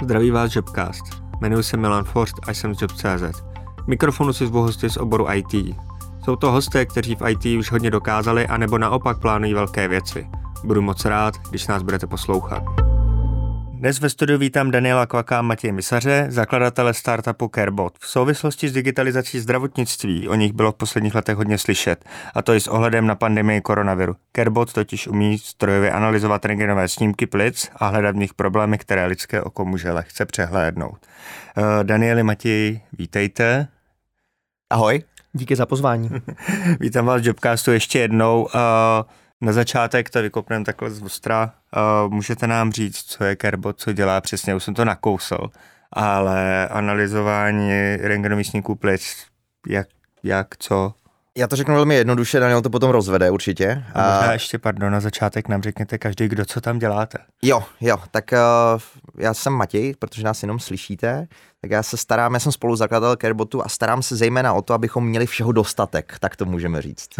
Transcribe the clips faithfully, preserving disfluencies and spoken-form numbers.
Zdraví vás Jobcast. Jmenuji se Milan Forst a jsem z job tečka cé zet. Mikrofonu si zvu hosty z oboru í té. Jsou to hosté, kteří v í té už hodně dokázali, anebo naopak plánují velké věci. Budu moc rád, když nás budete poslouchat. Dnes ve studiu vítám Daniela Kvaka a Matěje Misaře, zakladatele startupu CareBot. V souvislosti s digitalizací zdravotnictví o nich bylo v posledních letech hodně slyšet, a to i s ohledem na pandemii koronaviru. CareBot totiž umí strojově analyzovat rentgenové snímky plic a hledat v nich problémy, které lidské oko může lehce přehlédnout. Uh, Danieli, Matěji, vítejte. Ahoj. Díky za pozvání. Vítám vás v Jobcastu ještě jednou. Uh, Na začátek to vykopneme takhle z ostra. Uh, můžete nám říct, co je CareBot, co dělá přesně? Už jsem to nakousl, ale analyzování rentgenových snímků plic, jak, jak, co? Já to řeknu velmi jednoduše, Daniel to potom rozvede určitě. A možná ještě, pardon, na začátek nám řekněte každý, kdo co tam děláte. Jo, jo, tak uh, já jsem Matěj, protože nás jenom slyšíte, tak já se starám, já jsem spoluzakladatel CareBotu a starám se zejména o to, abychom měli všeho dostatek, tak to můžeme říct.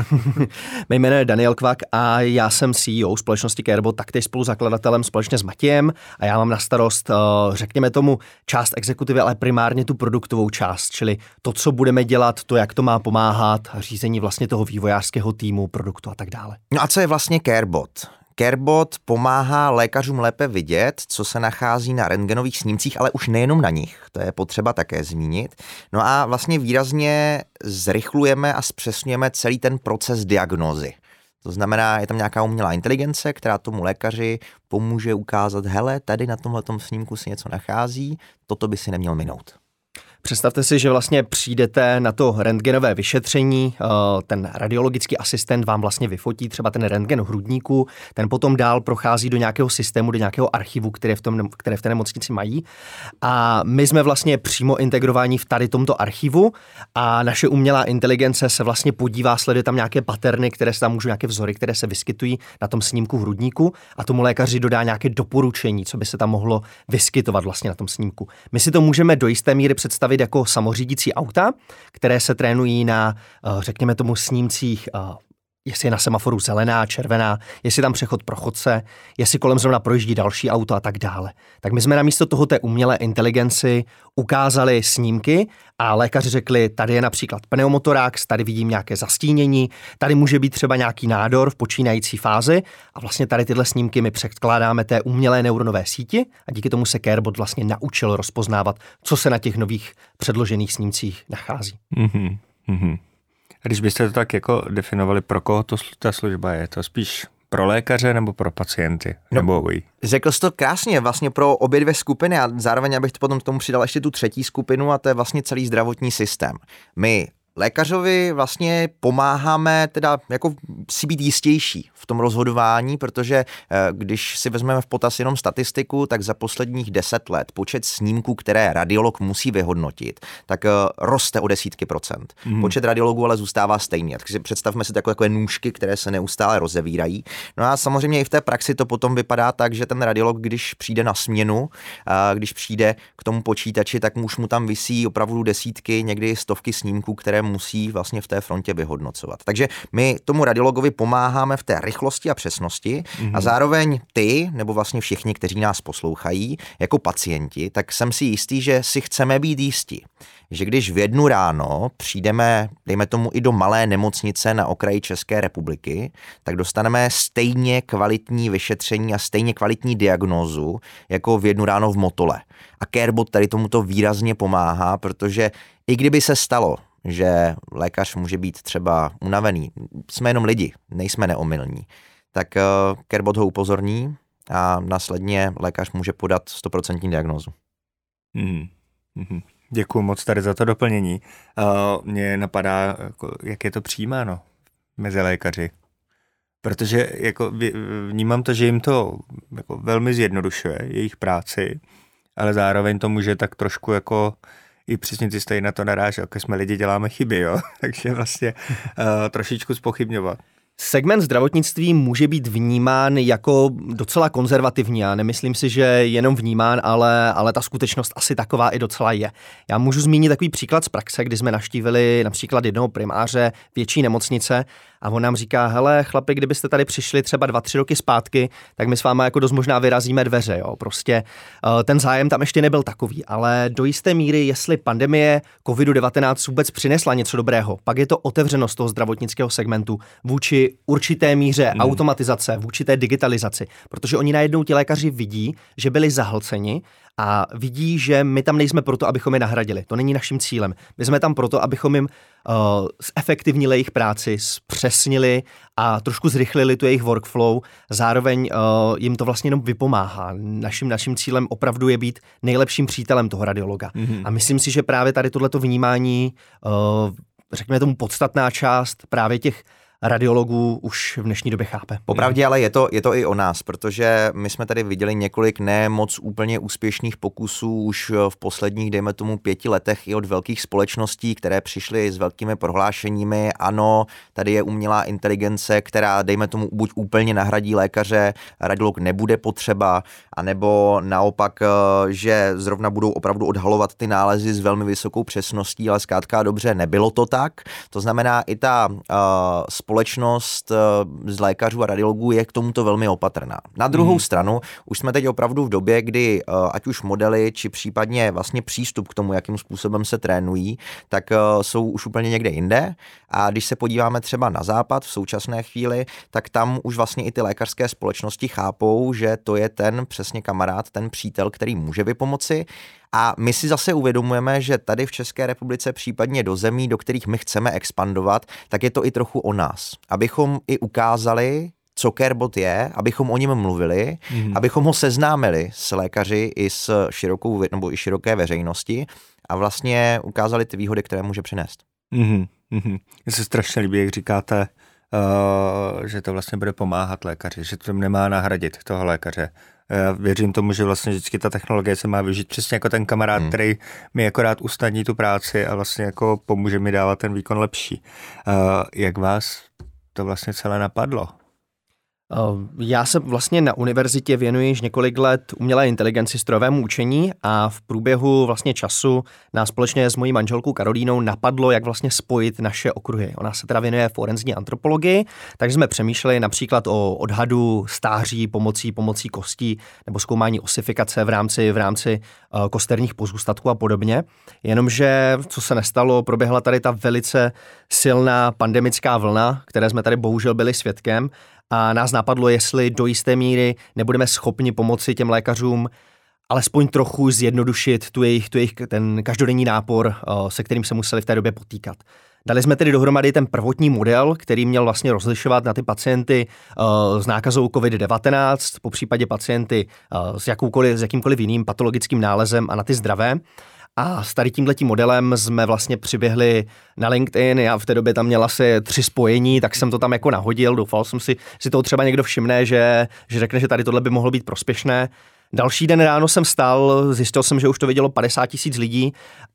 Mé jméno je Daniel Kvak a já jsem C E O společnosti CareBot, taktéž spoluzakladatelem společně s Matějem a já mám na starost, uh, řekněme tomu, část exekutivy, ale primárně tu produktovou část, čili to, co budeme dělat, to, jak to má pomáhat, řízení vlastně toho vývojářského týmu, produktu a tak dále. No a co je vlastně CareBot? CareBot pomáhá lékařům lépe vidět, co se nachází na rentgenových snímcích, ale už nejenom na nich, to je potřeba také zmínit. No a vlastně výrazně zrychlujeme a zpřesňujeme celý ten proces diagnózy. To znamená, je tam nějaká umělá inteligence, která tomu lékaři pomůže ukázat, hele, tady na tomhletom snímku si něco nachází, toto by si neměl minout. Představte si, že vlastně přijdete na to rentgenové vyšetření, ten radiologický asistent vám vlastně vyfotí třeba ten rentgen hrudníku, ten potom dál prochází do nějakého systému, do nějakého archivu, které v, tom, které v té nemocnici mají. A my jsme vlastně přímo integrováni v tady tomto archivu a naše umělá inteligence se vlastně podívá, sleduje tam nějaké paterny, které se tam můžou, nějaké vzory, které se vyskytují na tom snímku hrudníku a tomu lékaři dodá nějaké doporučení, co by se tam mohlo vyskytovat vlastně na tom snímku. My si to můžeme do jisté míry představit jako samořídící auta, které se trénují na, řekněme tomu, snímcích, jestli je na semaforu zelená, červená, jestli je tam přechod pro chodce, jestli kolem zrovna projíždí další auto a tak dále. Tak my jsme namísto toho té umělé inteligenci ukázali snímky a lékaři řekli, tady je například pneumotorax, tady vidím nějaké zastínění, tady může být třeba nějaký nádor v počínající fázi a vlastně tady tyhle snímky my předkládáme té umělé neuronové síti a díky tomu se CareBot vlastně naučil rozpoznávat, co se na těch nových předložených snímcích nachází. Mm-hmm. Mm-hmm. A když byste to tak jako definovali, pro koho to ta služba je? To spíš pro lékaře nebo pro pacienty? No, nebo obojí? Řekl jsi to krásně, vlastně pro obě dvě skupiny a zároveň abych potom k tomu přidal ještě tu třetí skupinu a to je vlastně celý zdravotní systém. My lékařovi vlastně pomáháme teda jako si být jistější v tom rozhodování, protože když si vezmeme v potaz jenom statistiku, tak za posledních deset let počet snímků, které radiolog musí vyhodnotit, tak roste o desítky procent. Mm. Počet radiologů ale zůstává stejný. Takže představme si takové, takové nůžky, které se neustále rozevírají. No a samozřejmě i v té praxi to potom vypadá tak, že ten radiolog, když přijde na směnu, když přijde k tomu počítači, tak už mu tam visí opravdu desítky, někdy stovky snímků, které musí vlastně v té frontě vyhodnocovat. Takže my tomu radiologovi pomáháme v té rychlosti a přesnosti mm-hmm. a zároveň ty, nebo vlastně všichni, kteří nás poslouchají, jako pacienti, tak jsem si jistý, že si chceme být jistí, že když v jednu ráno přijdeme, dejme tomu i do malé nemocnice na okraji České republiky, tak dostaneme stejně kvalitní vyšetření a stejně kvalitní diagnózu, jako v jednu ráno v Motole. A CareBot tady tomuto výrazně pomáhá, protože i kdyby se stalo, že lékař může být třeba unavený, jsme jenom lidi, nejsme neomylní, tak uh, CareBot ho upozorní a následně lékař může podat stoprocentní diagnózu. Hmm. Hmm. Děkuju moc tady za to doplnění. Uh, mně napadá, jako, jak je to přijímáno mezi lékaři. Protože jako, vnímám to, že jim to jako, velmi zjednodušuje jejich práci, ale zároveň to může tak trošku jako i přesně ty stejně na to narážel, jako jsme lidi, děláme chyby, jo? Takže vlastně uh, trošičku zpochybňovat. Segment zdravotnictví může být vnímán jako docela konzervativní a nemyslím si, že jenom vnímán, ale, ale ta skutečnost asi taková i docela je. Já můžu zmínit takový příklad z praxe, kdy jsme navštívili například jednoho primáře větší nemocnice a on nám říká, hele chlapi, kdybyste tady přišli třeba dva, tři roky zpátky, tak my s váma jako dost možná vyrazíme dveře, jo. Prostě uh, ten zájem tam ještě nebyl takový, ale do jisté míry, jestli pandemie covid devatenáct vůbec přinesla něco dobrého, pak je to otevřenost toho zdravotnického segmentu vůči určité míře hmm. automatizace, vůči té digitalizaci, protože oni najednou ti lékaři vidí, že byli zahlceni a vidí, že my tam nejsme proto, abychom je nahradili. To není naším cílem. My jsme tam proto, abychom jim uh, zefektivnili jejich práci, zpřesnili a trošku zrychlili tu jejich workflow. Zároveň uh, jim to vlastně jenom vypomáhá. Naším, naším cílem opravdu je být nejlepším přítelem toho radiologa. Mm-hmm. A myslím si, že právě tady tohleto vnímání, uh, řekněme tomu podstatná část právě těch radiologů už v dnešní době chápe. Popravdě, ale je to, je to i o nás, protože my jsme tady viděli několik ne moc úplně úspěšných pokusů už v posledních, dejme tomu, pěti letech i od velkých společností, které přišly s velkými prohlášeními. Ano, tady je umělá inteligence, která, dejme tomu, buď úplně nahradí lékaře, radiolog nebude potřeba, anebo naopak, že zrovna budou opravdu odhalovat ty nálezy s velmi vysokou přesností, ale zkrátka dobře, nebylo to tak. To znamená, i ta uh, společnost z lékařů a radiologů je k tomuto velmi opatrná. Na druhou hmm. stranu, už jsme teď opravdu v době, kdy ať už modely, či případně vlastně přístup k tomu, jakým způsobem se trénují, tak jsou už úplně někde jinde. A když se podíváme třeba na západ v současné chvíli, tak tam už vlastně i ty lékařské společnosti chápou, že to je ten přesně kamarád, ten přítel, který může vypomoci. A my si zase uvědomujeme, že tady v České republice, případně do zemí, do kterých my chceme expandovat, tak je to i trochu o nás. Abychom i ukázali, co CareBot je, abychom o něm mluvili, mm. abychom ho seznámili s lékaři i s širokou, nebo i široké veřejnosti a vlastně ukázali ty výhody, které může přinést. Mm-hmm. Mm-hmm. Mně se strašně líbí, jak říkáte, uh, že to vlastně bude pomáhat lékaři, že to nemá nahradit toho lékaře. Já věřím tomu, že vlastně vždycky ta technologie se má využít přesně jako ten kamarád, hmm. který mi akorát usnadní tu práci a vlastně jako pomůže mi dávat ten výkon lepší. Uh, jak vás to vlastně celé napadlo? Já se vlastně na univerzitě věnuji již několik let umělé inteligenci, strojovému učení a v průběhu vlastně času nás společně s mojí manželkou Karolínou napadlo, jak vlastně spojit naše okruhy. Ona se teda věnuje forenzní antropologii, takže jsme přemýšleli například o odhadu stáří pomocí pomocí kostí nebo zkoumání osifikace v rámci v rámci uh, kosterních pozůstatků a podobně. Jenomže co se nestalo, proběhla tady ta velice silná pandemická vlna, které jsme tady bohužel byli svědkem. A nás napadlo, jestli do jisté míry nebudeme schopni pomoci těm lékařům alespoň trochu zjednodušit tu jejich, tu jejich ten každodenní nápor, se kterým se museli v té době potýkat. Dali jsme tedy dohromady ten prvotní model, který měl vlastně rozlišovat na ty pacienty s nákazou covid devatenáct, popřípadě pacienty s, jakoukoliv, s jakýmkoliv jiným patologickým nálezem a na ty zdravé. A s tady tímhletím modelem jsme vlastně přiběhli na LinkedIn, já v té době tam měl asi tři spojení, tak jsem to tam jako nahodil, doufal jsem si, si toho třeba někdo všimne, že, že řekne, že tady tohle by mohlo být prospěšné. Další den ráno jsem vstal, zjistil jsem, že už to vidělo padesát tisíc lidí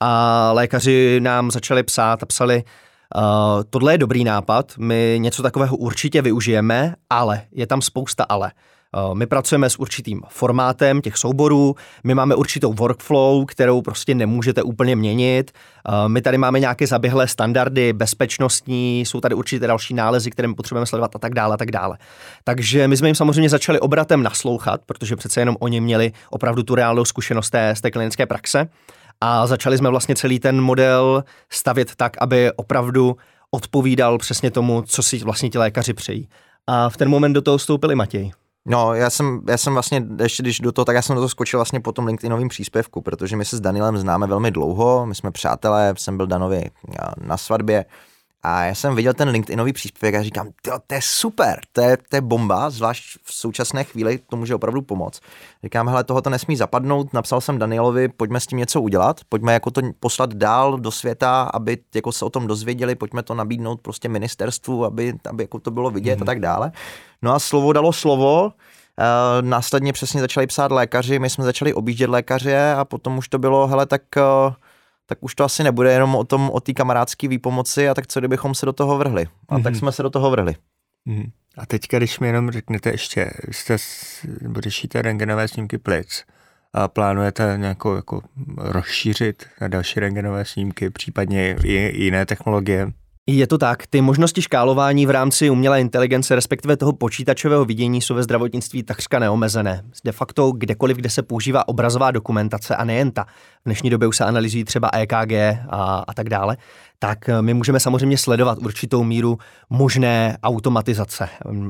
a lékaři nám začali psát a psali, uh, tohle je dobrý nápad, my něco takového určitě využijeme, ale je tam spousta ale. My pracujeme s určitým formátem těch souborů, my máme určitou workflow, kterou prostě nemůžete úplně měnit, my tady máme nějaké zaběhlé standardy bezpečnostní, jsou tady určité další nálezy, které my potřebujeme sledovat a tak dále a tak dále. Takže my jsme jim samozřejmě začali obratem naslouchat, protože přece jenom oni měli opravdu tu reálnou zkušenost té, z té klinické praxe a začali jsme vlastně celý ten model stavět tak, aby opravdu odpovídal přesně tomu, co si vlastně ti lékaři přejí. A v ten moment do toho vstoupil i Matěj. No, já jsem, já jsem vlastně, ještě když do toho, tak já jsem do toho skočil vlastně po tom LinkedInovým příspěvku, protože my se s Danielem známe velmi dlouho, my jsme přátelé, jsem byl Danovi na svatbě a já jsem viděl ten LinkedInový příspěvek a říkám, to je super, to je, to je bomba, zvlášť v současné chvíli to může opravdu pomoct. Říkám, hele, tohoto nesmí zapadnout, napsal jsem Danielovi, pojďme s tím něco udělat, pojďme jako to poslat dál do světa, aby jako se o tom dozvěděli, pojďme to nabídnout prostě ministerstvu, aby, aby jako to bylo vidět mm-hmm. a tak dále. No a slovo dalo slovo, e, následně přesně začali psát lékaři, my jsme začali objíždět lékaře a potom už to bylo, hele, tak, e, tak už to asi nebude jenom o tom, o té kamarádské výpomoci a tak co kdybychom se do toho vrhli. A mm-hmm. tak jsme se do toho vrhli. Mm-hmm. A teďka, když mi jenom řeknete ještě, jste, nebo řešíte rentgenové snímky plic a plánujete nějakou jako rozšířit na další rentgenové snímky, případně i jiné technologie? Je to tak. Ty možnosti škálování v rámci umělé inteligence, respektive toho počítačového vidění, jsou ve zdravotnictví takřka neomezené. De facto kdekoliv, kde se používá obrazová dokumentace a nejen ta. V dnešní době už se analyzují třeba E K G a, a tak dále. Tak my můžeme samozřejmě sledovat určitou míru možné automatizace.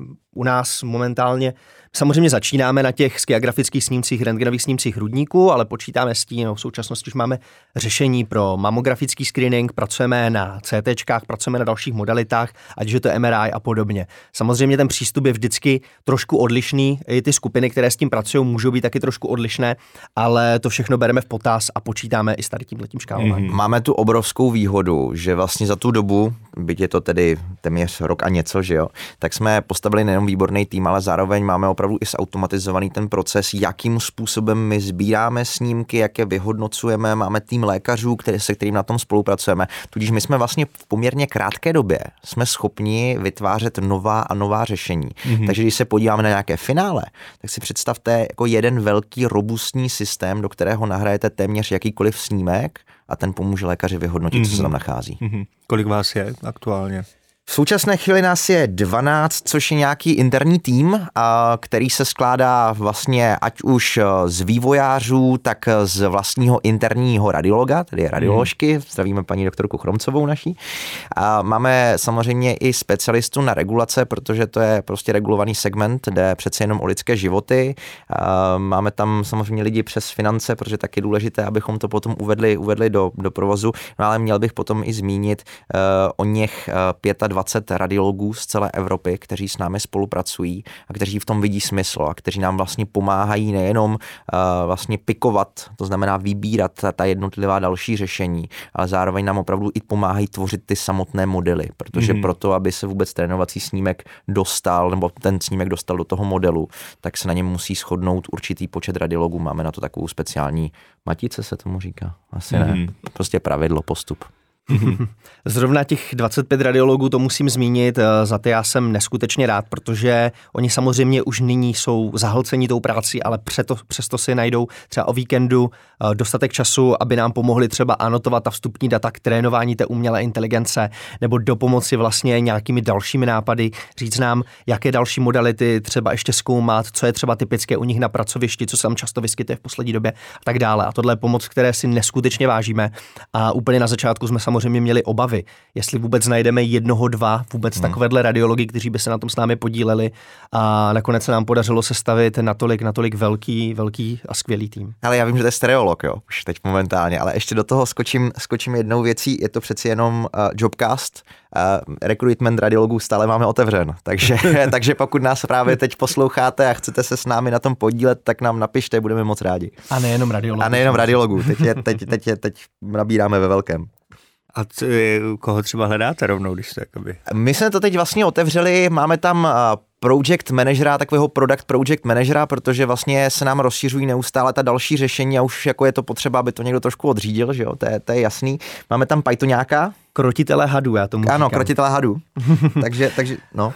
U nás momentálně samozřejmě začínáme na těch skiagrafických snímcích, rentgenových snímcích hrudníku, ale počítáme s tím, no v současnosti už máme řešení pro mamografický screening, pracujeme na CTčkách, pracujeme na dalších modalitách, ať je to M R I a podobně. Samozřejmě ten přístup je vždycky trošku odlišný, i ty skupiny, které s tím pracují, můžou být taky trošku odlišné, ale to všechno bereme v potaz a počítáme i s tady tímhletím škálováním. Mm-hmm. Máme tu obrovskou výhodu, že vlastně za tu dobu, byť je to tedy téměř rok a něco, že jo, tak jsme postavili nejen výborný tým, ale zároveň máme opravdu i zautomatizovaný ten proces, jakým způsobem my sbíráme snímky, jak je vyhodnocujeme, máme tým lékařů, který, se kterým na tom spolupracujeme. Tudíž my jsme vlastně v poměrně krátké době jsme schopni vytvářet nová a nová řešení. Mm-hmm. Takže když se podíváme na nějaké finále, tak si představte jako jeden velký robustní systém, do kterého nahrajete téměř jakýkoliv snímek a ten pomůže lékaři vyhodnotit, mm-hmm. co se tam nachází. Mm-hmm. Kolik vás je aktuálně? V současné chvíli nás je dvanáct, což je nějaký interní tým, který se skládá vlastně ať už z vývojářů, tak z vlastního interního radiologa, tedy radioložky. Zdravíme paní doktorku Chromcovou naší. A máme samozřejmě i specialistu na regulace, protože to je prostě regulovaný segment, jde přece jenom o lidské životy. A máme tam samozřejmě lidi přes finance, protože tak je důležité, abychom to potom uvedli, uvedli do, do provozu. No ale měl bych potom i zmínit uh, o něch uh, dvacet pět radiologů z celé Evropy, kteří s námi spolupracují a kteří v tom vidí smysl a kteří nám vlastně pomáhají nejenom uh, vlastně pikovat, to znamená vybírat ta, ta jednotlivá další řešení, ale zároveň nám opravdu i pomáhají tvořit ty samotné modely, protože mm-hmm. proto, aby se vůbec trénovací snímek dostal, nebo ten snímek dostal do toho modelu, tak se na něm musí shodnout určitý počet radiologů. Máme na to takovou speciální matice, se tomu říká. Asi mm-hmm. ne. Prostě pravidlo, postup. Zrovna těch dvacet pět radiologů, to musím zmínit, za to já jsem neskutečně rád, protože oni samozřejmě už nyní jsou zahlcení tou práci, ale přesto, přesto si najdou třeba o víkendu dostatek času, aby nám pomohli třeba anotovat ta vstupní data k trénování té umělé inteligence nebo do pomoci vlastně nějakými dalšími nápady, říct nám, jaké další modality třeba ještě zkoumat, co je třeba typické u nich na pracovišti, co se tam často vyskytuje v poslední době a tak dále. A tohle je pomoc, které si neskutečně vážíme. A úplně na začátku jsme samozřejmě měli obavy, jestli vůbec najdeme jednoho, dva, vůbec hmm. takovéhle radiology, kteří by se na tom s námi podíleli, a nakonec se nám podařilo sestavit natolik, natolik velký, velký a skvělý tým. Ale já vím, že to je stereolog, jo, už teď momentálně, ale ještě do toho skočím, skočím jednou věcí, je to přeci jenom uh, Jobcast, uh, recruitment radiologů stále máme otevřen, takže, takže pokud nás právě teď posloucháte a chcete se s námi na tom podílet, tak nám napište, budeme moc rádi. A nejenom radiologů. A nejenom radiologů, teď, je, teď, teď, je, teď nabíráme ve velkém. A co, koho třeba hledáte rovnou, když to jakoby... My jsme to teď vlastně otevřeli, máme tam project managera, takového product project managera, protože vlastně se nám rozšiřují neustále ta další řešení a už jako je to potřeba, aby to někdo trošku odřídil, že jo, to je, to je jasný. Máme tam Pythoňáka. Krotitele hadů, já tomu Ano, říkám. krotitele hadů. takže, takže, no.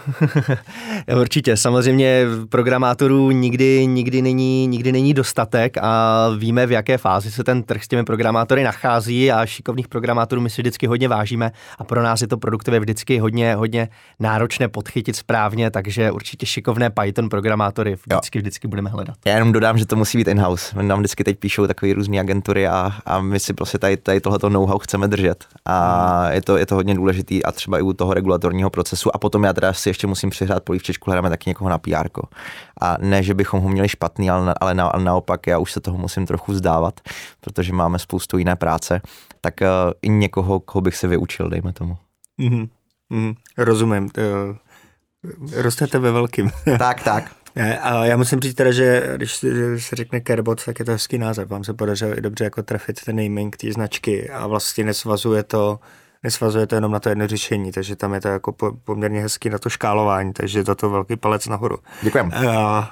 Určitě, samozřejmě programátorů nikdy, nikdy, není, nikdy není dostatek a víme, v jaké fázi se ten trh s těmi programátory nachází a šikovných programátorů my si vždycky hodně vážíme a pro nás je to produktově vždycky hodně, hodně náročné podchytit správně, takže určitě šikovné Python programátory vždycky, vždycky budeme hledat. Já jenom dodám, že to musí být in-house. Nám vždycky teď píšou takové různé agentury a, a my si prostě tady, tady tohleto know-how chceme držet. A je to, je to hodně důležitý a třeba i u toho regulatorního procesu. A potom já teda si ještě musím přihrát polívčičku, hledáme taky někoho na P R ko. A ne, že bychom ho měli špatný, ale, ale, na, ale naopak já už se toho musím trochu vzdávat, protože máme spoustu jiné práce. Tak uh, i někoho, koho bych se vyučil, dejme tomu. Mm-hmm. Mm, rozumím. Uh, rostete ve velkým. tak, tak. A já musím říct teda, že když se řekne Carebot, tak je to hezký název. Vám se podařilo i dobře jako trefit ten naming té značky a vlastně nesvazuje to, nesvazuje to jenom na to jedno řešení, takže tam je to jako po, poměrně hezký na to škálování, takže za to velký palec nahoru. Děkujem. A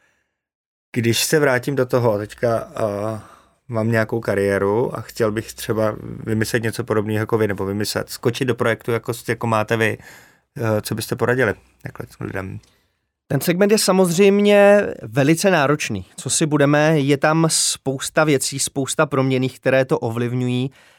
když se vrátím do toho, teďka a, mám nějakou kariéru a chtěl bych třeba vymyslet něco podobného jako vy, nebo vymyslet, skočit do projektu, jako, jako máte vy, co byste poradili takhle lidem? Ten segment je samozřejmě velice náročný. Co si budeme, je tam spousta věcí, spousta proměnných, které to ovlivňují.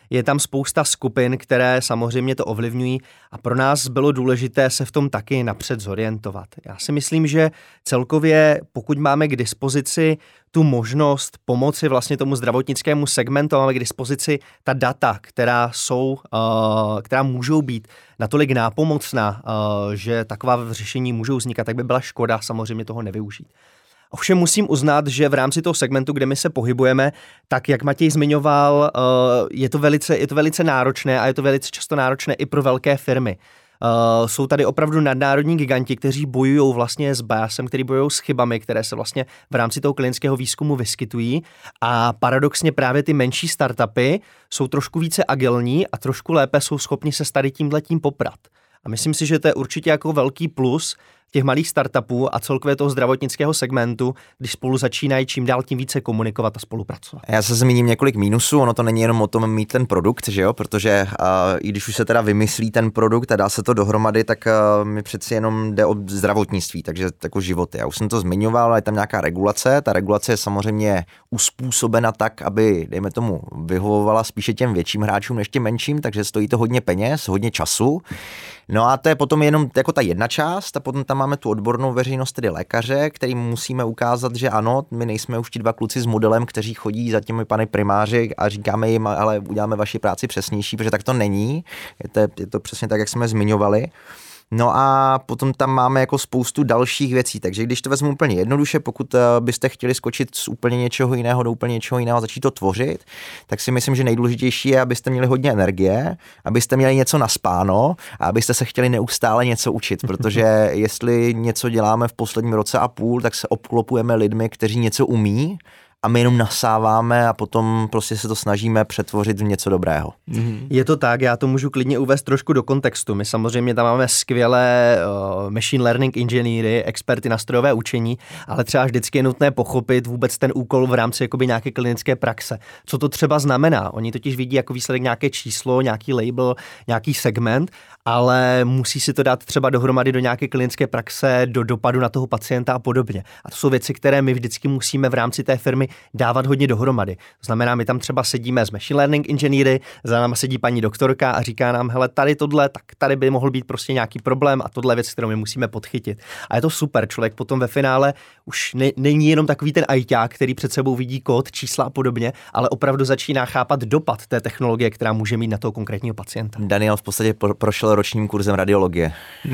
je tam spousta skupin, které samozřejmě to ovlivňují a pro nás bylo důležité se v tom taky napřed zorientovat. Já si myslím, že celkově, pokud máme k dispozici tu možnost pomoci vlastně tomu zdravotnickému segmentu, máme k dispozici ta data, která jsou, uh, která můžou být natolik nápomocná, uh, že taková řešení můžou vznikat, tak by byla škoda samozřejmě toho nevyužít. Ovšem musím uznat, že v rámci toho segmentu, kde my se pohybujeme, tak jak Matěj zmiňoval, je to velice, je to velice náročné a je to velice často náročné i pro velké firmy. Uh, jsou tady opravdu nadnárodní giganti, kteří bojují vlastně s biasem, kteří bojují s chybami, které se vlastně v rámci toho klinického výzkumu vyskytují a paradoxně právě ty menší startupy jsou trošku více agilní a trošku lépe jsou schopni se s tady tímhletím poprat. A myslím si, že to je určitě jako velký plus těch malých startupů a celkově toho zdravotnického segmentu, když spolu začínají čím dál tím více komunikovat a spolupracovat. Já se zmíním několik mínusů, ono to není jenom o tom mít ten produkt, že jo, protože uh, i když už se teda vymyslí ten produkt a dá se to dohromady, tak uh, mi přeci jenom jde o zdravotnictví, takže jako životy. Já už jsem to zmiňoval, ale je tam nějaká regulace, ta regulace je samozřejmě uspůsobena tak, aby, dejme tomu, vyhovovala spíše těm větším hráčům než těm menším, takže stojí to hodně peněz, hodně času. No a to je potom jenom jako ta jedna část a potom tam máme tu odbornou veřejnost, tedy lékaře, kterým musíme ukázat, že ano, my nejsme už ti dva kluci s modelem, kteří chodí za těmi pany primáři a říkáme jim, ale uděláme vaši práci přesnější, protože tak to není. Je to, je to přesně tak, jak jsme zmiňovali. No a potom tam máme jako spoustu dalších věcí, takže když to vezmu úplně jednoduše, pokud byste chtěli skočit z úplně něčeho jiného do úplně něčeho jiného a začít to tvořit, tak si myslím, že nejdůležitější je, abyste měli hodně energie, abyste měli něco naspáno a abyste se chtěli neustále něco učit, protože jestli něco děláme v posledním roce a půl, tak se obklopujeme lidmi, kteří něco umí, a my jenom nasáváme a potom prostě se to snažíme přetvořit v něco dobrého. Mm-hmm. Je to tak, já to můžu klidně uvést trošku do kontextu. My samozřejmě tam máme skvělé uh, machine learning inženýry, experty na strojové učení, ale třeba vždycky je nutné pochopit vůbec ten úkol v rámci jakoby nějaké klinické praxe. Co to třeba znamená? Oni totiž vidí jako výsledek nějaké číslo, nějaký label, nějaký segment, ale musí si to dát třeba dohromady do nějaké klinické praxe, do dopadu na toho pacienta a podobně. A to jsou věci, které my vždycky musíme v rámci té firmy dávat hodně dohromady. To znamená, my tam třeba sedíme s machine learning inženýry, za náma sedí paní doktorka a říká nám, hele, tady tohle, tak tady by mohl být prostě nějaký problém a tohle je věc, kterou my musíme podchytit. A je to super, člověk potom ve finále už ne, není jenom takový ten ajťák, který před sebou vidí kód, čísla a podobně, ale opravdu začíná chápat dopad té technologie, která může mít na toho konkrétního pacienta. Daniel v podstatě prošel ročním kurzem radiologie.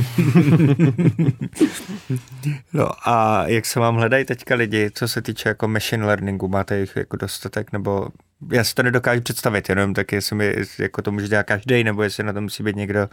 No a jak se vám hledají teďka lidi, co se týče jako machine learningu, máte jich jako dostatek, nebo já si to nedokážu představit, jenom tak jestli mi, jako to může dělat každý, nebo jestli na to musí být někdo,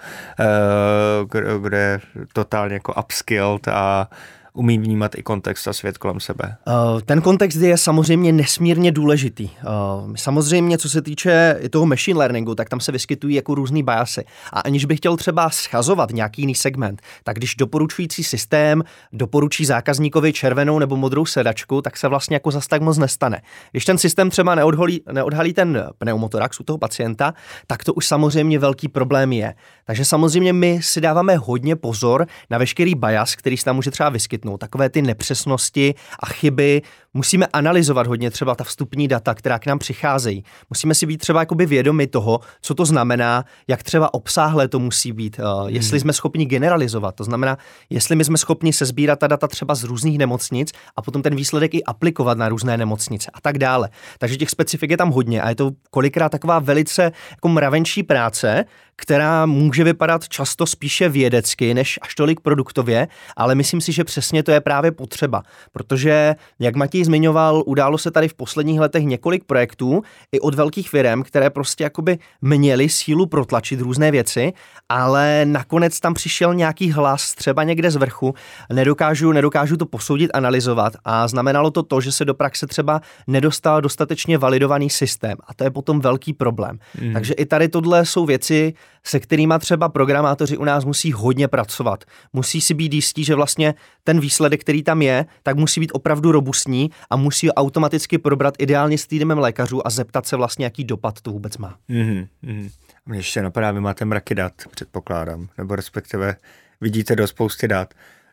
uh, kdo je totálně jako upskilled a umí vnímat i kontext a svět kolem sebe. Ten kontext je samozřejmě nesmírně důležitý. Samozřejmě, co se týče toho machine learningu, tak tam se vyskytují jako různý biasy. A aniž bych chtěl třeba schazovat nějaký jiný segment, tak když doporučující systém doporučí zákazníkovi červenou nebo modrou sedačku, tak se vlastně jako zas tak moc nestane. Když ten systém třeba neodhalí, neodhalí ten pneumotorax u toho pacienta, tak to už samozřejmě velký problém je. Takže samozřejmě my si dáváme hodně pozor na veškerý bias, který se tam může třeba vyskytnout. Takové ty nepřesnosti a chyby. Musíme analyzovat hodně třeba ta vstupní data, která k nám přicházejí. Musíme si být třeba jakoby vědomi toho, co to znamená, jak třeba obsáhlé to musí být, uh, jestli hmm. jsme schopni generalizovat. To znamená, jestli my jsme schopni sesbírat ta data třeba z různých nemocnic a potom ten výsledek i aplikovat na různé nemocnice a tak dále. Takže těch specifik je tam hodně a je to kolikrát taková velice jako mravenčí práce, která může vypadat často spíše vědecky, než až tolik produktově, ale myslím si, že přesně to je právě potřeba, protože, jak Matěj zmiňoval, událo se tady v posledních letech několik projektů i od velkých firem, které prostě jakoby měly sílu protlačit různé věci, ale nakonec tam přišel nějaký hlas třeba někde z vrchu, nedokážu, nedokážu to posoudit, analyzovat a znamenalo to to, že se do praxe třeba nedostal dostatečně validovaný systém a to je potom velký problém. Mm. Takže i tady tohle jsou věci, se kterými třeba programátoři u nás musí hodně pracovat. Musí si být jistí, že vlastně ten výsledek, který tam je, tak musí být opravdu robustní a musí ho automaticky probrat ideálně s týmem lékařů a zeptat se vlastně, jaký dopad to vůbec má. Mm-hmm, mm-hmm. Mě ještě napadá, vy máte mraky dat, předpokládám, nebo respektive vidíte do spousty dat.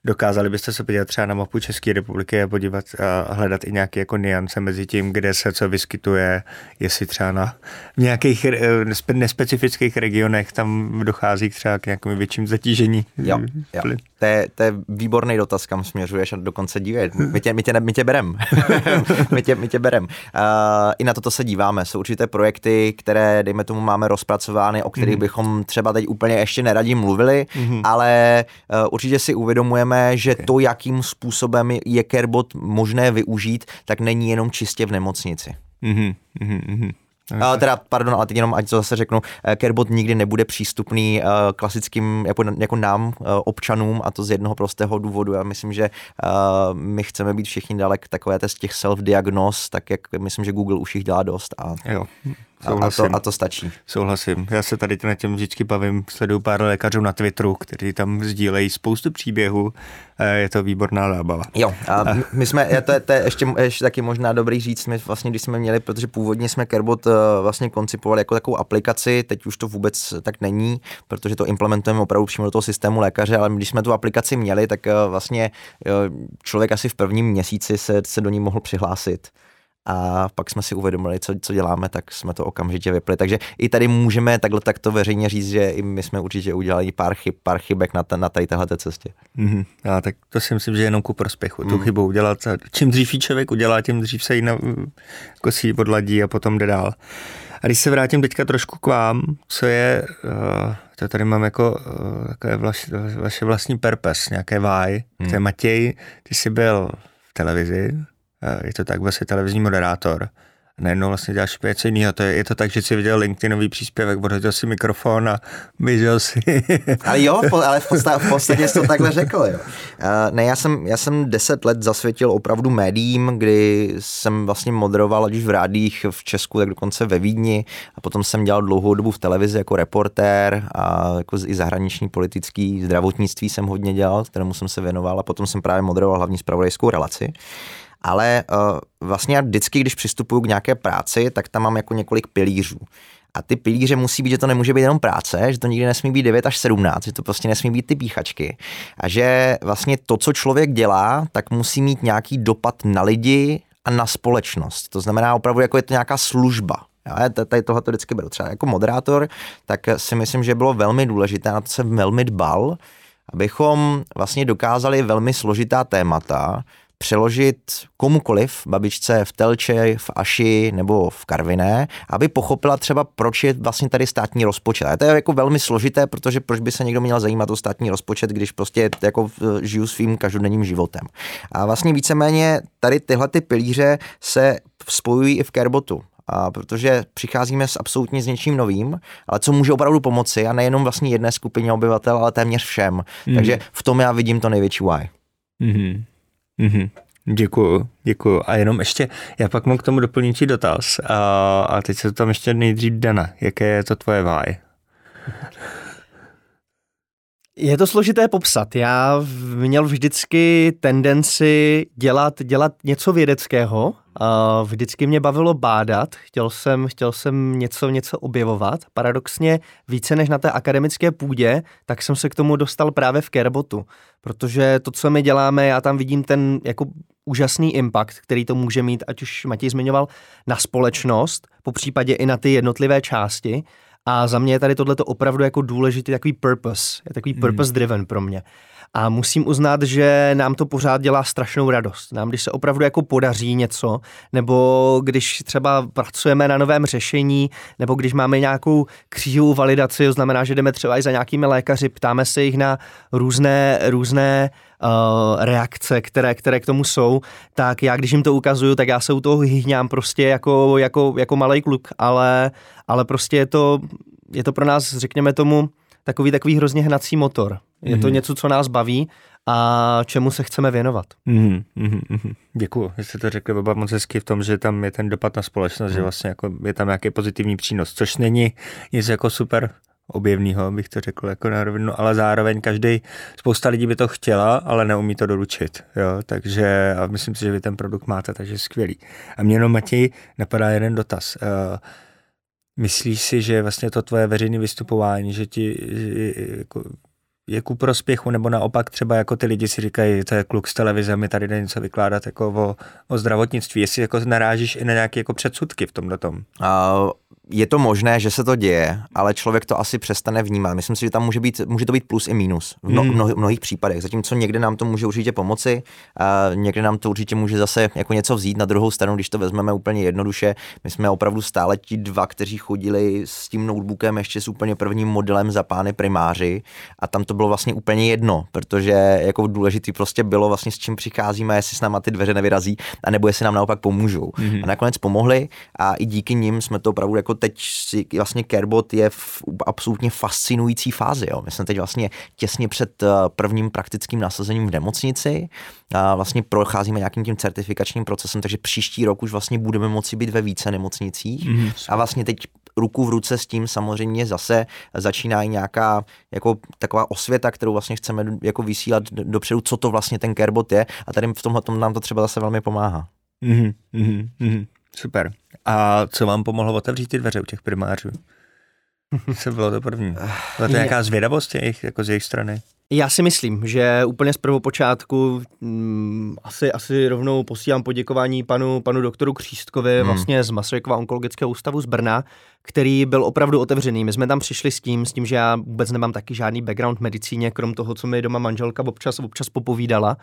dokázali byste se podívat třeba na mapu České republiky a podívat a hledat i nějaké jako niance mezi tím, kde se co vyskytuje, jestli třeba na v nějakých nespecifických regionech tam dochází třeba k nějakému větším zatížení. Jo, jo. To je, to je výborný dotaz, kam směřuješ a dokonce dívej. My tě, my tě, my tě berem. my, tě, my tě berem. Uh, I na toto se díváme. Jsou určité projekty, které, dejme tomu, máme rozpracovány, o kterých mm. bychom třeba teď úplně ještě neradi mluvili, mm. ale uh, určitě si uvědomujeme, že okay. to, jakým způsobem je CareBot možné využít, tak není jenom čistě v nemocnici. Mm-hmm, mm-hmm. Okay. Uh, teda, pardon, ale teď jenom, ať to zase řeknu, CareBot nikdy nebude přístupný uh, klasickým, jako, jako nám, uh, občanům, a to z jednoho prostého důvodu. Já myslím, že uh, my chceme být všichni dalek takové z těch self-diagnóz, tak jak myslím, že Google už jich dělá dost. A, jo. A, a, to, a to stačí. Souhlasím. Já se tady na těm vždycky bavím, sleduju pár lékařů na Twitteru, kteří tam sdílejí spoustu příběhů. Je to výborná zábava. Jo, a my jsme, to je, to je ještě, ještě taky možná dobrý říct, my vlastně, když jsme měli, protože původně jsme CareBot vlastně koncipovali jako takovou aplikaci, teď už to vůbec tak není, protože to implementujeme opravdu přímo do toho systému lékaře, ale když jsme tu aplikaci měli, tak vlastně člověk asi v prvním měsíci se, se do ní mohl přihlásit. A pak jsme si uvědomili, co, co děláme, tak jsme to okamžitě vypli. Takže i tady můžeme takhle takto veřejně říct, že i my jsme určitě udělali pár chyb, pár chybek na, ta, na tady téhleté cestě. Mm-hmm. Já, tak to si myslím, že je jenom ku prospěchu. Mm. Tu chybu udělat. Čím dřív ji člověk udělá, tím dřív se jí na, jako si odladí a potom jde dál. A když se vrátím teďka trošku k vám, co je, uh, to tady mám jako uh, takové vlaš, vaše vlastní purpose, nějaké why. Mm. To je Matěj, ty jsi byl v televizi, je to tak, vlastně televizní moderátor. Najednou vlastně děláš něco jiného. To je, je to tak, že jsi viděl LinkedInový příspěvek, odhodil si mikrofon a běžel si. Ale jo, ale v podstatě, v podstatě jsi to takhle řekl. Jo. Uh, ne, já jsem, já jsem deset let zasvětil opravdu médiím, kdy jsem vlastně moderoval, ať už v rádiích v Česku, tak dokonce ve Vídni, a potom jsem dělal dlouhou dobu v televizi jako reportér a jako i zahraniční politický zdravotnictví jsem hodně dělal, kterému jsem se věnoval, a potom jsem právě moderoval hlavní zpravodajskou relaci. Ale uh, vlastně já vždycky, když přistupuju k nějaké práci, tak tam mám jako několik pilířů. A ty pilíře musí být, že to nemůže být jenom práce, že to nikdy nesmí být devět až sedmnáct, že to prostě nesmí být ty píchačky. A že vlastně to, co člověk dělá, tak musí mít nějaký dopad na lidi a na společnost. To znamená opravdu, jako je to nějaká služba. Já tady tohle to vždycky beru. Třeba jako moderátor, tak si myslím, že bylo velmi důležité, na to jsem velmi dbal, abychom vlastně dokázali velmi složitá témata přeložit komukoliv, babičce v Telče, v Aši nebo v Karviné, aby pochopila třeba, proč je vlastně tady státní rozpočet. A to je jako velmi složité, protože proč by se někdo měl zajímat o státní rozpočet, když prostě jako žiju svým každodenním životem. A vlastně víceméně tady tyhle ty pilíře se spojují i v CareBotu. A protože přicházíme s absolutně s něčím novým, ale co může opravdu pomoci, a nejenom vlastně jedné skupině obyvatel, ale téměř všem. Mm. Takže v tom já vidím to největší why. Mm-hmm. Mm-hmm. Děkuju, děkuju. A jenom ještě, já pak mám k tomu doplňující dotaz. A, a teď se to tam ještě nejdřív Dana. Jaké je to tvoje why? Je to složité popsat. Já měl vždycky tendenci dělat, dělat něco vědeckého. Vždycky mě bavilo bádat. Chtěl jsem, chtěl jsem něco, něco objevovat. Paradoxně více než na té akademické půdě, tak jsem se k tomu dostal právě v CareBotu. Protože to, co my děláme, já tam vidím ten jako úžasný impact, který to může mít, ať už Matěj zmiňoval, na společnost, popřípadě i na ty jednotlivé části. A za mě je tady tohleto opravdu jako důležitý takový purpose, je takový purpose driven pro mě. A musím uznat, že nám to pořád dělá strašnou radost. Nám, když se opravdu jako podaří něco, nebo když třeba pracujeme na novém řešení, nebo když máme nějakou křížovou validaci, to znamená, že jdeme třeba i za nějakými lékaři, ptáme se jich na různé, různé uh, reakce, které, které k tomu jsou, tak já, když jim to ukazuju, tak já se u toho hyhňám prostě jako, jako, jako malej kluk, ale, ale prostě je to, je to pro nás, řekněme tomu, takový takový hrozně hnací motor. Je to mm-hmm. něco, co nás baví a čemu se chceme věnovat. Mm-hmm, mm-hmm. Děkuju, že jste to řekli oba moc hezky v tom, že tam je ten dopad na společnost, mm. že vlastně jako je tam nějaký pozitivní přínos, což není nic jako super objevného, bych to řekl jako na rovinu, ale zároveň každý, spousta lidí by to chtěla, ale neumí to doručit, jo, takže a myslím si, že vy ten produkt máte, takže skvělý. A mě jenom, Matěj, napadá jeden dotaz. Uh, Myslíš si, že vlastně to tvoje veřejné vystupování, že ti že, jako, je ku prospěchu, nebo naopak třeba jako ty lidi si říkají, to je kluk z televize, mi tady jde něco vykládat jako o, o zdravotnictví, jestli jako narážíš i na nějaké jako předsudky v tomhle tom. Uh, je to možné, že se to děje, ale člověk to asi přestane vnímat. Myslím si, že tam může být, může to být plus i minus v mno, hmm. mnoh, mnohých případech. Zatímco někde nám to může určitě pomoci, uh, někde nám to určitě může zase jako něco vzít. Na druhou stranu, když to vezmeme úplně jednoduše, my jsme opravdu stále ti dva, kteří chodili s tím notebookem ještě s úplně prvním modelem za pány primáři a tam to bylo vlastně úplně jedno, protože jako důležitý prostě bylo vlastně s čím přicházíme, jestli s náma ty dveře nevyrazí, anebo jestli nám naopak pomůžou. Hmm. A nakonec pomohli a i díky nim jsme to opravdu jako teď si vlastně CareBot je v absolutně fascinující fázi. Jo. My jsme teď vlastně těsně před prvním praktickým nasazením v nemocnici. A vlastně procházíme nějakým tím certifikačním procesem, takže příští rok už vlastně budeme moci být ve více nemocnicích. Mm, a vlastně teď ruku v ruce s tím samozřejmě zase začíná i nějaká jako taková osvěta, kterou vlastně chceme jako vysílat dopředu, co to vlastně ten CareBot je. A tady v tomhle nám to třeba zase velmi pomáhá. Mm, mm, mm. Super. A co vám pomohlo otevřít ty dveře u těch primářů? Co bylo to první? Byla to nějaká zvědavost jejich, jako z jejich strany? Já si myslím, že úplně z prvopočátku mm, asi, asi rovnou posílám poděkování panu, panu doktoru Křístkovi hmm. vlastně z Masarykova onkologického ústavu z Brna, který byl opravdu otevřený. My jsme tam přišli s tím, s tím, že já vůbec nemám taky žádný background v medicíně, krom toho, co mi doma manželka občas, občas popovídala.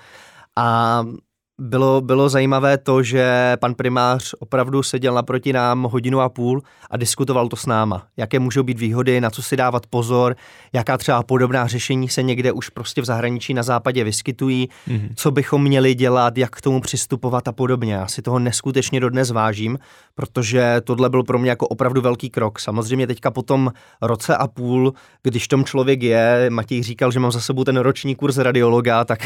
A Bylo, bylo zajímavé to, že pan primář opravdu seděl naproti nám hodinu a půl a diskutoval to s náma. Jaké můžou být výhody, na co si dávat pozor, jaká třeba podobná řešení se někde už prostě v zahraničí na západě vyskytují, mm-hmm. co bychom měli dělat, jak k tomu přistupovat a podobně. Já si toho neskutečně dodnes vážím, protože tohle byl pro mě jako opravdu velký krok. Samozřejmě teďka po tom roce a půl, když tom člověk je, Matěj říkal, že mám za sebou ten roční kurz radiologa, tak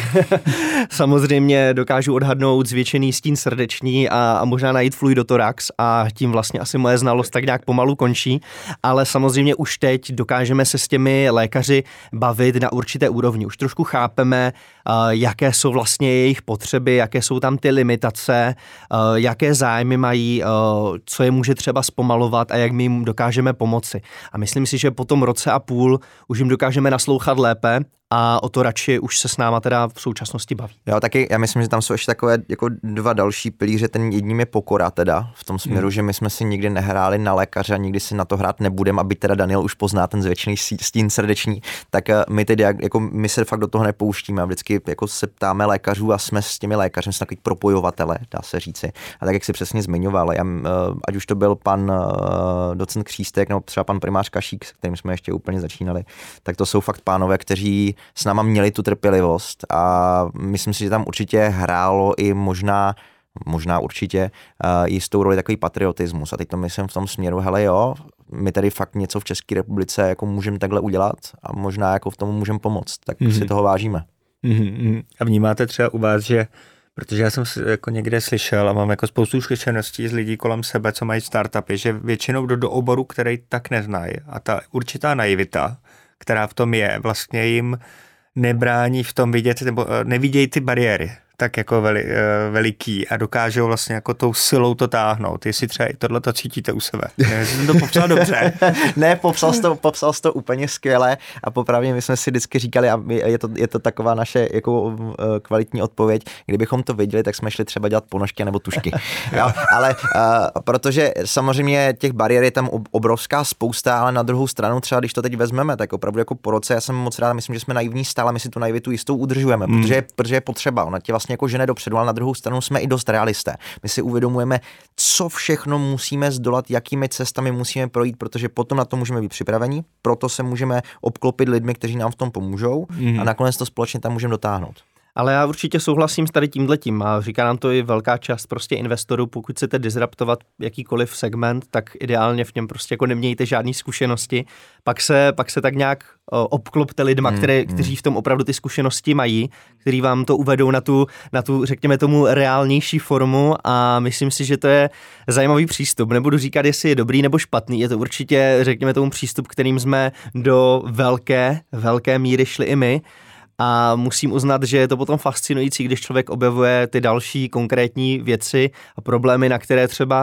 samozřejmě dokážu odhadnout zvětšený stín srdeční a, a možná najít fluidotorax a tím vlastně asi moje znalost tak nějak pomalu končí, ale samozřejmě už teď dokážeme se s těmi lékaři bavit na určité úrovni. Už trošku chápeme, uh, jaké jsou vlastně jejich potřeby, jaké jsou tam ty limitace, uh, jaké zájmy mají, uh, co je může třeba zpomalovat a jak my jim dokážeme pomoci. A myslím si, že po tom roce a půl už jim dokážeme naslouchat lépe a o to radši už se s náma teda v současnosti baví. Jo, taky já myslím, že tam jsou ještě takové jako dva další pilíře, ten jedním je pokora teda, v tom směru, hmm. že my jsme si nikdy nehráli na lékaře a nikdy si na to hrát nebudeme, aby teda Daniel už pozná ten zvětšený stín srdeční, tak my tedy jako my se fakt do toho nepouštíme a vždycky jako se ptáme lékařů a jsme s těmi lékaři, jsme takový propojovatele, dá se říci. A tak, jak si přesně zmiňoval, já, ať už to byl pan docent Křístek nebo třeba pan primář Kašík, s kterým jsme ještě úplně začínali, tak to jsou fakt pánové, kteří s náma měli tu trpělivost a myslím si, že tam určitě hrálo i možná, možná určitě uh, jistou roli takový patriotismus a teď to myslím v tom směru, hele jo, my tady fakt něco v České republice jako můžeme takhle udělat a možná jako v tom můžeme pomoct, tak mm-hmm. si toho vážíme. Mm-hmm. A vnímáte třeba u vás, že protože já jsem jako někde slyšel a mám jako spoustu zkušeností z lidí kolem sebe, co mají startupy, že většinou jdou do oboru, který tak neznají a ta určitá naivita, která v tom je, vlastně jim nebrání v tom vidět, nebo nevidějí ty bariéry tak jako veli, veliký a dokážou vlastně jako tou silou to táhnout. Jestli třeba i tohleto cítíte u sebe. Ne, jsem to popsal dobře. Ne, popsal jsi to, popsal jsi to úplně skvěle a popravdě my jsme si vždycky říkali a je to, je to taková naše jako kvalitní odpověď, kdybychom to viděli, tak jsme šli třeba dělat ponožky nebo tušky. Jo, ale uh, protože samozřejmě těch bariér je tam obrovská spousta, ale na druhou stranu třeba, když to teď vezmeme, tak opravdu jako po roce, já jsem moc rád, myslím, že jsme naivní stále, my si tu naivitu jistou udržujeme, mm. protože, protože je potřeba, ona tě vlastně jako žene dopředu, ale na druhou stranu jsme i dost realisté. My si uvědomujeme, co všechno musíme zdolat, jakými cestami musíme projít, protože potom na to můžeme být připraveni, proto se můžeme obklopit lidmi, kteří nám v tom pomůžou mm. a nakonec to společně tam můžeme dotáhnout. Ale já určitě souhlasím s tady tímhletím a říká nám to i velká část prostě investorů, pokud chcete disruptovat jakýkoliv segment, tak ideálně v něm prostě jako nemějte žádný zkušenosti, pak se, pak se tak nějak o, obklopte lidma, mm, které, mm. kteří v tom opravdu ty zkušenosti mají, který vám to uvedou na tu, na tu, řekněme tomu, reálnější formu a myslím si, že to je zajímavý přístup. Nebudu říkat, jestli je dobrý nebo špatný, je to určitě, řekněme tomu, přístup, kterým jsme do velké, velké míry šli i my. A musím uznat, že je to potom fascinující, když člověk objevuje ty další konkrétní věci a problémy, na které třeba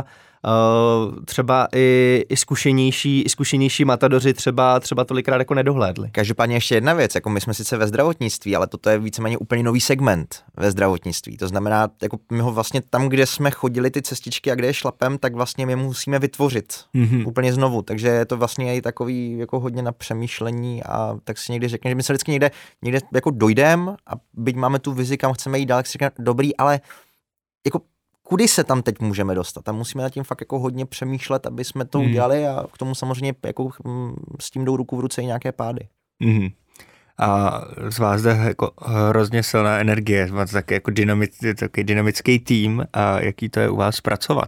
uh, třeba i, i zkušenější, i zkušenější matadoři třeba, třeba tolikrát jako nedohlédli. Každopádně ještě jedna věc, jako my jsme sice ve zdravotnictví, ale toto je víceméně úplně nový segment ve zdravotnictví. To znamená, jako my ho vlastně tam, kde jsme chodili ty cestičky a kde je šlapem, tak vlastně my musíme vytvořit mm-hmm. úplně znovu. Takže je to vlastně i takový jako hodně na přemýšlení a tak si někdy řekne, že my se vždycky někde, někde jako dojdem a byť máme tu vizi, kam chceme jít dál, tak si řekne, dobrý, ale jako kudy se tam teď můžeme dostat? Tam musíme nad tím fakt jako hodně přemýšlet, aby jsme to mm. udělali a k tomu samozřejmě jako s tím jdou ruku v ruce i nějaké pády. Mm. A z vás jde jako hrozně silná energie, máte taky jako dynamic, taky dynamický tým a jaký to je u vás pracovat?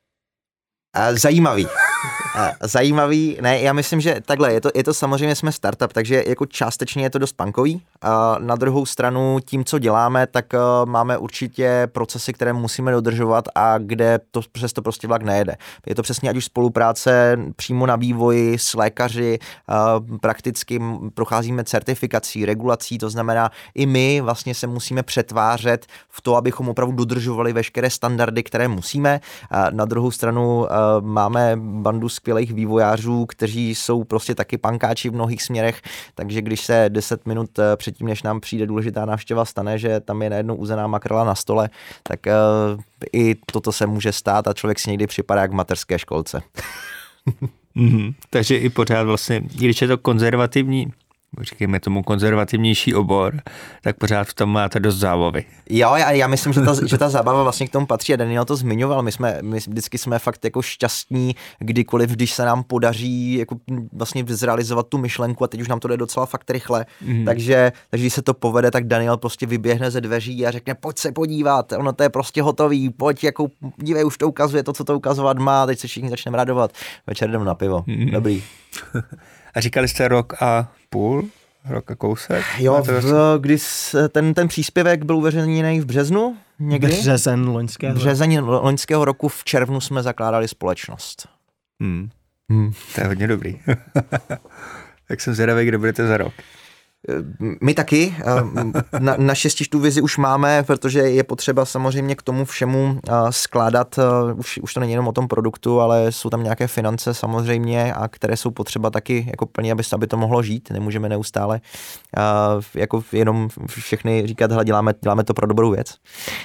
Zajímavý. Zajímavý, ne, já myslím, že takhle, je to, je to samozřejmě, jsme startup, takže jako částečně je to dost punkový. A na druhou stranu tím, co děláme, tak máme určitě procesy, které musíme dodržovat a kde to přes to prostě vlak nejede. Je to přesně ať už spolupráce přímo na vývoji s lékaři, prakticky procházíme certifikací, regulací, to znamená i my vlastně se musíme přetvářet v to, abychom opravdu dodržovali veškeré standardy, které musíme. A na druhou stranu máme bandu skvělých vývojářů, kteří jsou prostě taky pankáči v mnohých směrech, takže když se deset minut předtím, než nám přijde důležitá návštěva, stane, že tam je najednou uzená makrela na stole, tak uh, i toto se může stát a člověk si někdy připadá jak v mateřské školce. mm-hmm. Takže i pořád vlastně, když je to konzervativní, říkejme tomu konzervativnější obor, tak pořád v tom máte dost zábavy. Jo, já, já myslím, že ta, že ta zábava vlastně k tomu patří a Daniel to zmiňoval, my jsme, my vždycky jsme fakt jako šťastní, kdykoliv, když se nám podaří jako vlastně zrealizovat tu myšlenku a teď už nám to jde docela fakt rychle, mm. takže, takže když se to povede, tak Daniel prostě vyběhne ze dveří a řekne, pojď se podívat, ono to je prostě hotový, pojď, jako dívej, už to ukazuje to, co to ukazovat má, teď se všichni začneme radovat, večer jdem na pivo, mm. dobrý. A říkali jste rok a půl? Rok a kousek? Jo, v, když ten, ten příspěvek byl uveřejněný v březnu někdy? Březen loňského. Březen loňského roku v červnu jsme zakládali společnost. Hmm. Hmm. To je hodně dobrý. Tak jsem zvědavý, kde budete za rok. My taky. Na, naštěstí tu vizi už máme, protože je potřeba samozřejmě k tomu všemu skládat, už, už to není jenom o tom produktu, ale jsou tam nějaké finance samozřejmě, a které jsou potřeba taky jako plně, aby, aby to mohlo žít. Nemůžeme neustále jako jenom všechny říkat, hele, děláme, děláme to pro dobrou věc.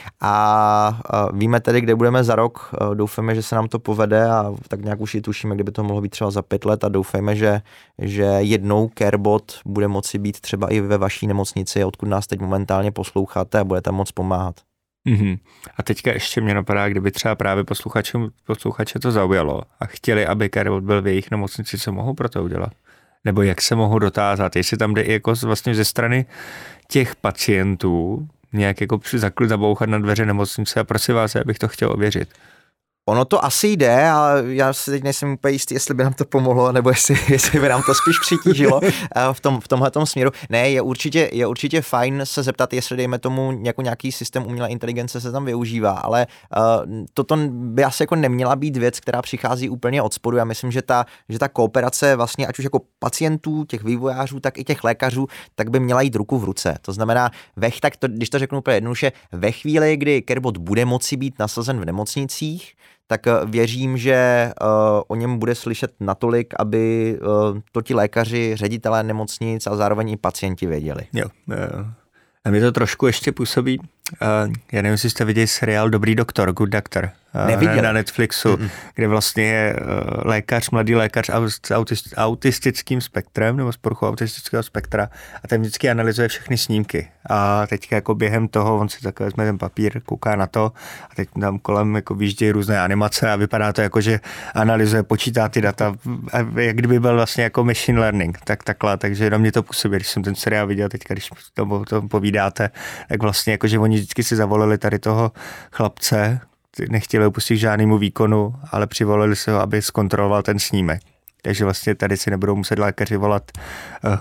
A víme tedy, kde budeme za rok. Doufáme, že se nám to povede a tak nějak už i tušíme, kdyby to mohlo být třeba za pět let a doufáme, že, že jednou CareBot bude moci být třeba i ve vaší nemocnici, odkud nás teď momentálně posloucháte a bude tam moc pomáhat. Mm-hmm. A teďka ještě mě napadá, kdyby třeba právě posluchače to zaujalo a chtěli, aby CareBot byl v jejich nemocnici, co mohou pro to udělat? Nebo jak se mohou dotázat? Jestli tam jde i jako vlastně ze strany těch pacientů nějak jako zabouchat na dveře nemocnice a prosím vás, abych to chtěl ověřit. Ono to asi jde, ale já si teď nejsem úplně jistý, jestli by nám to pomohlo, nebo jestli, jestli by nám to spíš přitížilo v, tom, v tomhletom směru. Ne, je určitě, je určitě fajn se zeptat, jestli dejme tomu jako nějaký systém umělé inteligence se tam využívá, ale uh, toto by asi jako neměla být věc, která přichází úplně od spodu. Já myslím, že ta, že ta kooperace vlastně ať už jako pacientů, těch vývojářů, tak i těch lékařů, tak by měla jít ruku v ruce. To znamená, ve, tak to, když to řeknu úplně jednoduše, ve chvíli, kdy CareBot bude moci být nasazen v nemocnicích, tak věřím, že uh, o něm bude slyšet natolik, aby uh, to ti lékaři, ředitelé nemocnic a zároveň i pacienti věděli. Jo, jo. A mě to trošku ještě působí, uh, já nevím, jestli jste viděli seriál Dobrý doktor, Good Doctor uh, na, na Netflixu, mm-hmm. kde vlastně je uh, lékař, mladý lékař s autist, autistickým spektrem, nebo s poruchou autistického spektra a ten vždycky analyzuje všechny snímky. A teďka jako během toho, on si takhle vezme ten papír, kouká na to a teď tam kolem jako vyjíždějí různé animace a vypadá to jako, že analyzuje, počítá ty data, jak kdyby byl vlastně jako machine learning, tak takhle, takže na mě to působí, když jsem ten seriál viděl teďka, když to, to povídáte, tak vlastně jako, že oni vždycky si zavolili tady toho chlapce, nechtěli opustit žádnému výkonu, ale přivolili se ho, aby zkontroloval ten snímek. Takže vlastně tady si nebudou muset lékaři volat uh,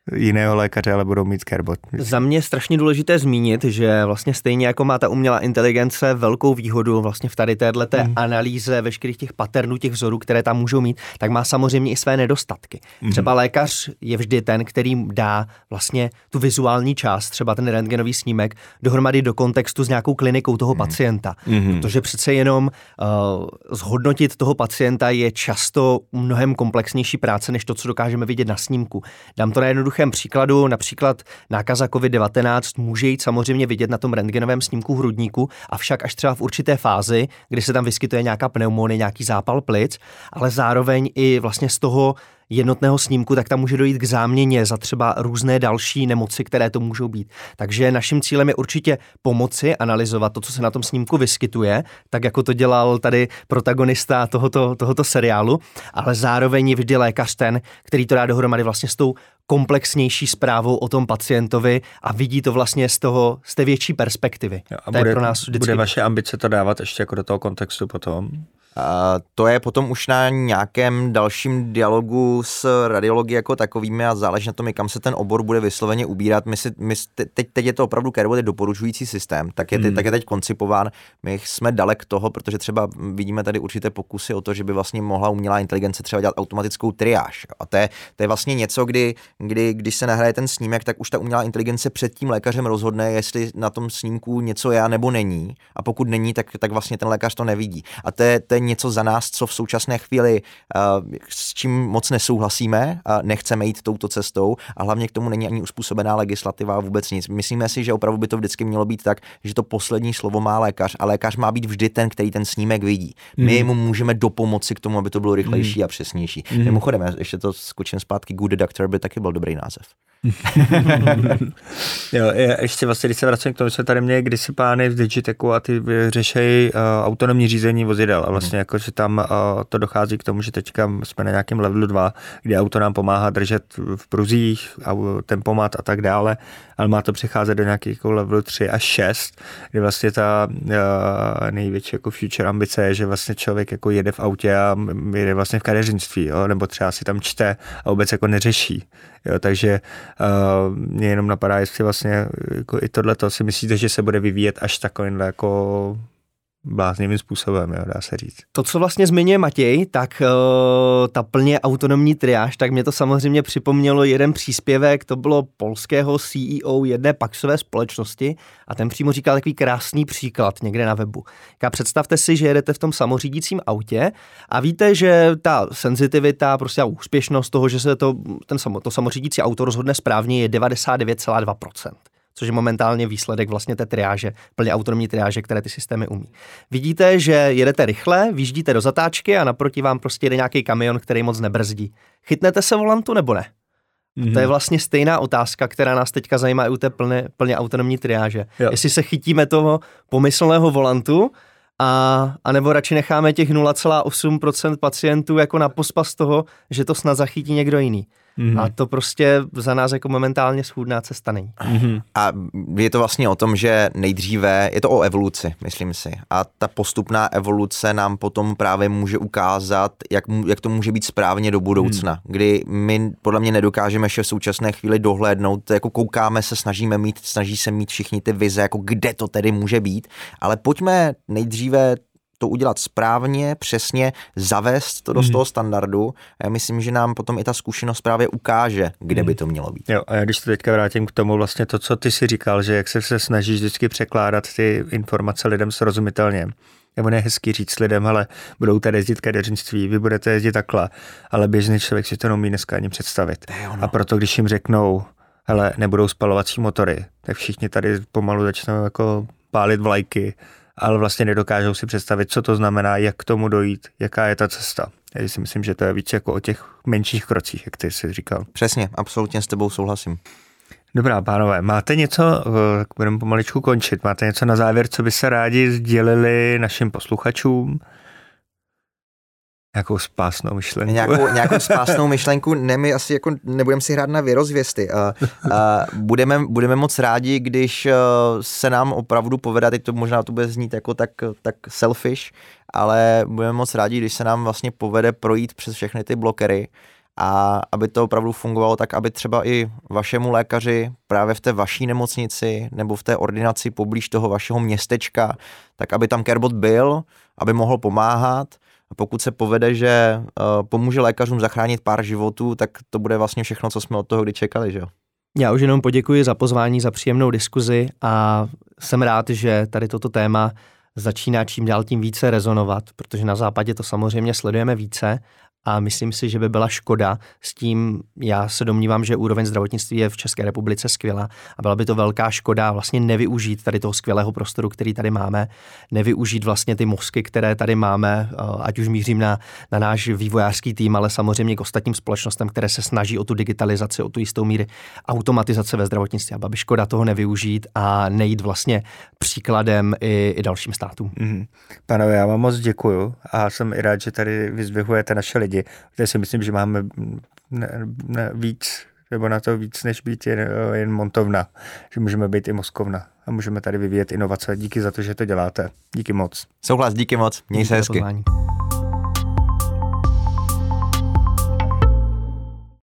jiného lékaře, ale budou mít CareBot. Za mě je strašně důležité zmínit, že vlastně stejně jako má ta umělá inteligence velkou výhodu vlastně v tady téhleté mm. analýze veškerých těch patternů, těch vzorů, které tam můžou mít, tak má samozřejmě i své nedostatky. Mm. Třeba lékař je vždy ten, který dá vlastně tu vizuální část, třeba ten rentgenový snímek, dohromady do kontextu s nějakou klinikou toho mm. pacienta. Mm. Protože přece jenom uh, zhodnotit toho pacienta je často mnohem komplexnější práce, než to, co dokážeme vidět na snímku. Dám to na jednoduchém příkladu, například nákaza covid devatenáct může jít samozřejmě vidět na tom rentgenovém snímku hrudníku, avšak až třeba v určité fázi, kdy se tam vyskytuje nějaká pneumonie, nějaký zápal plic, ale zároveň i vlastně z toho jednotného snímku, tak tam může dojít k záměně za třeba různé další nemoci, které to můžou být. Takže naším cílem je určitě pomoci analyzovat to, co se na tom snímku vyskytuje, tak jako to dělal tady protagonista tohoto, tohoto seriálu, ale zároveň je vždy lékař ten, který to dá dohromady vlastně s tou komplexnější zprávou o tom pacientovi a vidí to vlastně z toho, z té větší perspektivy. Jo, a to bude, je pro nás vždycky... bude vaše ambice to dávat ještě jako do toho kontextu potom? Uh, to je potom už na nějakém dalším dialogu s radiologií jako takovými a záleží na tom, kam se ten obor bude vysloveně ubírat. My si, my, teď, teď je to opravdu CareBot je doporučující systém, tak je, hmm. tak je teď koncipován. My jsme dalek toho, protože třeba vidíme tady určité pokusy o to, že by vlastně mohla umělá inteligence třeba dělat automatickou triáž. A to je, to je vlastně něco, kdy, kdy, když se nahraje ten snímek, tak už ta umělá inteligence před tím lékařem rozhodne, jestli na tom snímku něco je nebo není. A pokud není, tak, tak vlastně ten lékař to nevidí. A to je, to je něco za nás, co v současné chvíli uh, s čím moc nesouhlasíme, uh, nechceme jít touto cestou a hlavně k tomu není ani uspůsobená legislativa a vůbec nic. Myslíme si, že opravdu by to vždycky mělo být tak, že to poslední slovo má lékař a lékař má být vždy ten, který ten snímek vidí. My mm. mu můžeme dopomoci k tomu, aby to bylo rychlejší mm. a přesnější. Mm. Mimochodem, ještě to skočím zpátky, Good Doctor by taky byl dobrý název. Jo, ještě vlastně, když se vracím k tomu, jsme tady měli kdysi pány v Digitechu a ty řešejí uh, autonomní řízení vozidel a vlastně hmm. jako, že tam uh, to dochází k tomu, že teďka jsme na nějakém levelu dva, kde auto nám pomáhá držet v pruzích, tempomat a tak dále, ale má to přecházet do nějakých jako levelu tři až šest, kdy vlastně ta uh, největší jako future ambice je, že vlastně člověk jako jede v autě a jede vlastně v kadeřnictví, jo, nebo třeba si tam čte a vůbec jako neřeší. Jo, takže uh, mě jenom napadá, jestli vlastně jako i tohleto si myslíte, že se bude vyvíjet až takovýmhle jako bláznivým způsobem, jo, dá se říct. To, co vlastně zmiňuje Matěj, tak uh, ta plně autonomní triáž, tak mě to samozřejmě připomnělo jeden příspěvek, to bylo polského C E O jedné paxové společnosti a ten přímo říkal takový krásný příklad někde na webu. Říká, představte si, že jedete v tom samořídícím autě a víte, že ta senzitivita, prostě a úspěšnost toho, že se to, ten samo, to samořídící auto rozhodne správně, je devadesát devět celá dva procenta. Což je momentálně výsledek vlastně té triáže, plně autonomní triáže, které ty systémy umí. Vidíte, že jedete rychle, vyjíždíte do zatáčky a naproti vám prostě jede nějaký kamion, který moc nebrzdí. Chytnete se volantu nebo ne? Mm-hmm. To je vlastně stejná otázka, která nás teďka zajímá i u té plně, plně autonomní triáže. Jo. Jestli se chytíme toho pomyslného volantu, a, a nebo radši necháme těch nula celá osm procenta pacientů jako na pospas toho, že to snad zachytí někdo jiný. Mm-hmm. A to prostě za nás jako momentálně schůdná cesta není. Mm-hmm. A je to vlastně o tom, že nejdříve, je to o evoluci, myslím si. A ta postupná evoluce nám potom právě může ukázat, jak, jak to může být správně do budoucna. Mm. Kdy my podle mě nedokážeme ještě v současné chvíli dohlédnout, jako koukáme se, snažíme mít, snaží se mít všichni ty vize, jako kde to tedy může být. Ale pojďme nejdříve to udělat správně, přesně, zavést to do mm. toho standardu. A já myslím, že nám potom i ta zkušenost právě ukáže, kde mm. by to mělo být. Jo, a já když se teďka vrátím k tomu vlastně to, co ty si říkal, že jak se, se snažíš vždycky překládat ty informace lidem srozumitelně. Nebo ne hezky říct lidem, ale budou tady jezdit kadeřnictví, vy budete jezdit takhle, ale běžný člověk si to neumí dneska ani představit. A proto, když jim řeknou, hele, nebudou spalovací motory, tak všichni tady pomalu začnou jako pálit vlajky, ale vlastně nedokážou si představit, co to znamená, jak k tomu dojít, jaká je ta cesta. Já si myslím, že to je víc jako o těch menších krocích, jak ty jsi říkal. Přesně, absolutně s tebou souhlasím. Dobrá, pánové, máte něco, budeme pomaličku končit, máte něco na závěr, co by se rádi sdělili našim posluchačům? Nějakou spásnou myšlenku. Nějakou, nějakou spásnou myšlenku, ne, my asi jako nebudeme si hrát na věrozvěsty. Uh, uh, budeme, budeme moc rádi, když uh, se nám opravdu povede, teď to možná to bude znít jako tak, tak selfish, ale budeme moc rádi, když se nám vlastně povede projít přes všechny ty blokery a aby to opravdu fungovalo tak, aby třeba i vašemu lékaři právě v té vaší nemocnici nebo v té ordinaci poblíž toho vašeho městečka, tak aby tam CareBot byl, aby mohl pomáhat. A pokud se povede, že uh, pomůže lékařům zachránit pár životů, tak to bude vlastně všechno, co jsme od toho kdy čekali, že jo? Já už jenom poděkuji za pozvání, za příjemnou diskuzi a jsem rád, že tady toto téma začíná čím dál tím více rezonovat, protože na západě to samozřejmě sledujeme více a myslím si, že by byla škoda s tím, já se domnívám, že úroveň zdravotnictví je v České republice skvělá a byla by to velká škoda vlastně nevyužít tady toho skvělého prostoru, který tady máme, nevyužít vlastně ty mozky, které tady máme, ať už mířím na, na náš vývojářský tým, ale samozřejmě k ostatním společnostem, které se snaží o tu digitalizaci, o tu jistou míry automatizace ve zdravotnictví. A byla by škoda toho nevyužít a nejít vlastně příkladem i, i dalším státům. Mm-hmm. Pánové, já vám moc děkuju a jsem i rád, že tady vyzdvihujete naše lidi. Já si myslím, že máme ne, ne, víc, nebo na to víc, než být jen, jen montovna. Že můžeme být i mozkovna a můžeme tady vyvíjet inovace. Díky za to, že to děláte. Díky moc. Souhlas, díky moc. Měj se hezky.